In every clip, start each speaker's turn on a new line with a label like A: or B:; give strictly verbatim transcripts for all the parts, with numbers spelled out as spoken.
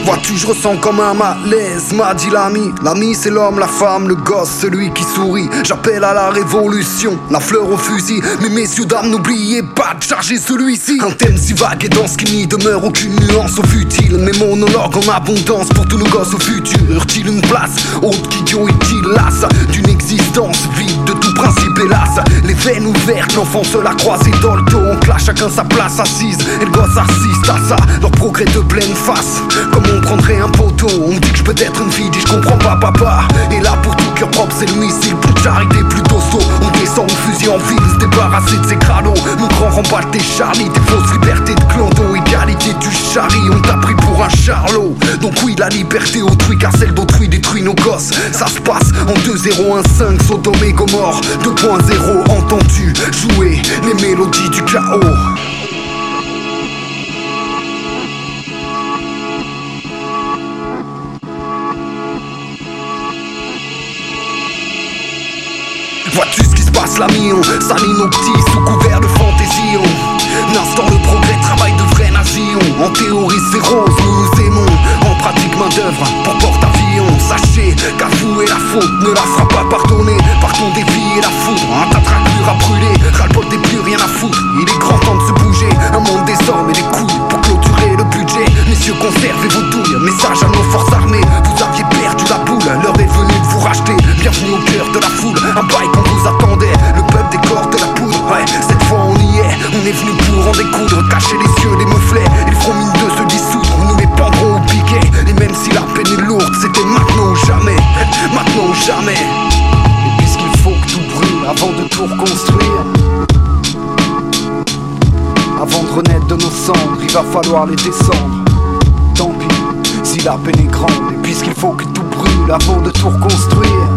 A: Vois-tu, je ressens comme un malaise, m'a dit l'ami. L'ami c'est l'homme, la femme, le gosse, celui qui sourit. J'appelle à la révolution, la fleur au fusil. Mais messieurs dames, n'oubliez pas de charger celui-ci. Un thème si vague et dense qu'il n'y demeure aucune nuance au futile. Mes monologues en abondance pour tous nos gosses au futur. Eurent-ils une place, autre qu'idiot est-il las d'une existence vide de tout principe hélas. Les veines ouvertes, l'enfant se la croisé dans le dos. On clash chacun sa place assise et le gosse assiste à ça. Leur progrès de pleine face, comme on prendrait un poteau. On me dit que je peux être une fille, dis je comprends pas papa. Et là pour tout cœur propre c'est le missile. Plus de charité, plus d'hosto. On descend au fusil en ville, se débarrasser de ces crados. Mon grand remballe des Charlie, des fausses libertés de clando. Égalité du chari, on t'a pris pour un charlot. Donc oui, la liberté autrui, car celle d'autrui détruit nos gosses. Ça se passe en deux zéro un cinq, Sodome et Gomorre deux point zéro, entendu jouer les mélodies du chaos. Vois-tu ce qui se passe l'ami, on salit nos petits sous couvert de fantaisie. On instaure le progrès, travail de vrai nazi. En théorie c'est rose, nous nous aimons. En pratique main d'œuvre pour porte-avions. Sachez qu'avouer la faute ne la fera pas pardonner. Partons des vies et la foudre, un tas de raclures à brûler. Ras-le-bol des plus rien à foutre, il est grand temps de se bouger. Un monde des hommes et des couilles pour clôturer le budget. Messieurs conservez vos douilles, message à nos forces armées. Vous aviez perdu la boule, l'heure est venue de vous racheter. Bienvenue au cœur de la foule, un bail qu'on vous attendait. Le peuple décore de la poudre, ouais, cette fois on y est. On est venu pour en découdre, cacher les cieux des mouflets. Ils feront mine de se dissoudre, nous les pendrons au piquet. Et même si la peine est lourde, c'était maintenant ou jamais. Maintenant ou jamais. Et puisqu'il faut que tout brûle avant de tout reconstruire, avant de renaître de nos cendres, il va falloir les descendre. Tant pis si la peine est grande. Et puisqu'il faut que tout brûle avant de tout reconstruire,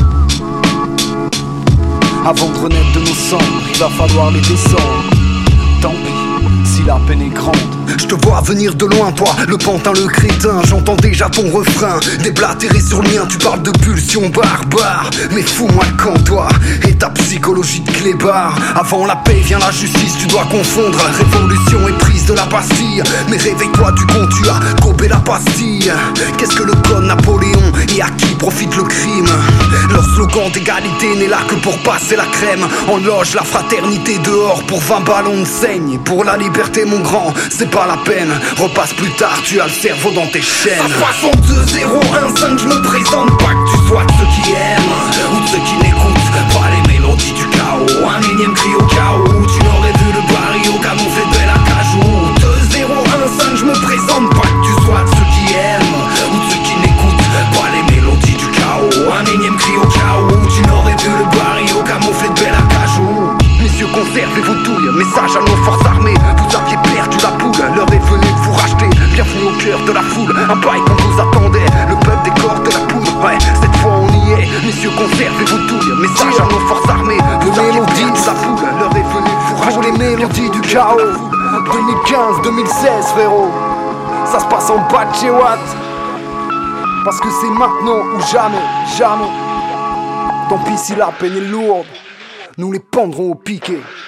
A: avant de renaître de nos cendres, il va falloir les descendre. Tant pis si la peine est grande. Je te vois venir de loin, toi, le pantin, le crétin. J'entends déjà ton refrain, déblatéré sur le mien. Tu parles de pulsion barbare, mais fous-moi le camp, toi, et ta psychologie de clébard. Avant la paix vient la justice, tu dois confondre révolution et prise de la Bastille. Mais réveille-toi du con, tu as copé la pastille. Qu'est-ce que le code Napoléon et à qui profite le crime? Leur slogan d'égalité n'est là que pour passer la crème. On loge la fraternité dehors pour vingt ballons de saigne. Et pour la liberté mon grand, c'est pas la peine, repasse plus tard, tu as le cerveau dans tes chaînes. À soixante-deux zéro un cinq, je me présente, pas que tu sois de ceux qui aiment ou de ceux qui n'écoutent pas les mélodies du chaos. Un énième cri au chaos, tu n'aurais vu le barrio camouflé de la cajou. Deux zéro un cinq, je me présente, pas que tu sois de ceux qui aiment ou de ceux qui n'écoutent pas les mélodies du chaos. Un énième cri au chaos, tu n'aurais vu le barrio camouflé de la cajou. Messieurs, conservez vos douilles, message à nos forces armées. Vous aviez perdu la boule, l'heure est venue de vous racheter. Bienvenue au cœur de la foule, un bail qu'on vous attendait. Le peuple décore de la poudre, ouais, cette fois on y est. Messieurs, conservez vos douilles, message à nos forces armées. Vous aviez perdu la boule, l'heure est venue de vous racheter. Pour les mélodies du chaos, deux mille quinze deux mille seize frérot, ça se passe en bas de chez Watt. Parce que c'est maintenant ou jamais, jamais. Tant pis si la peine est lourde, nous les pendrons au piquet.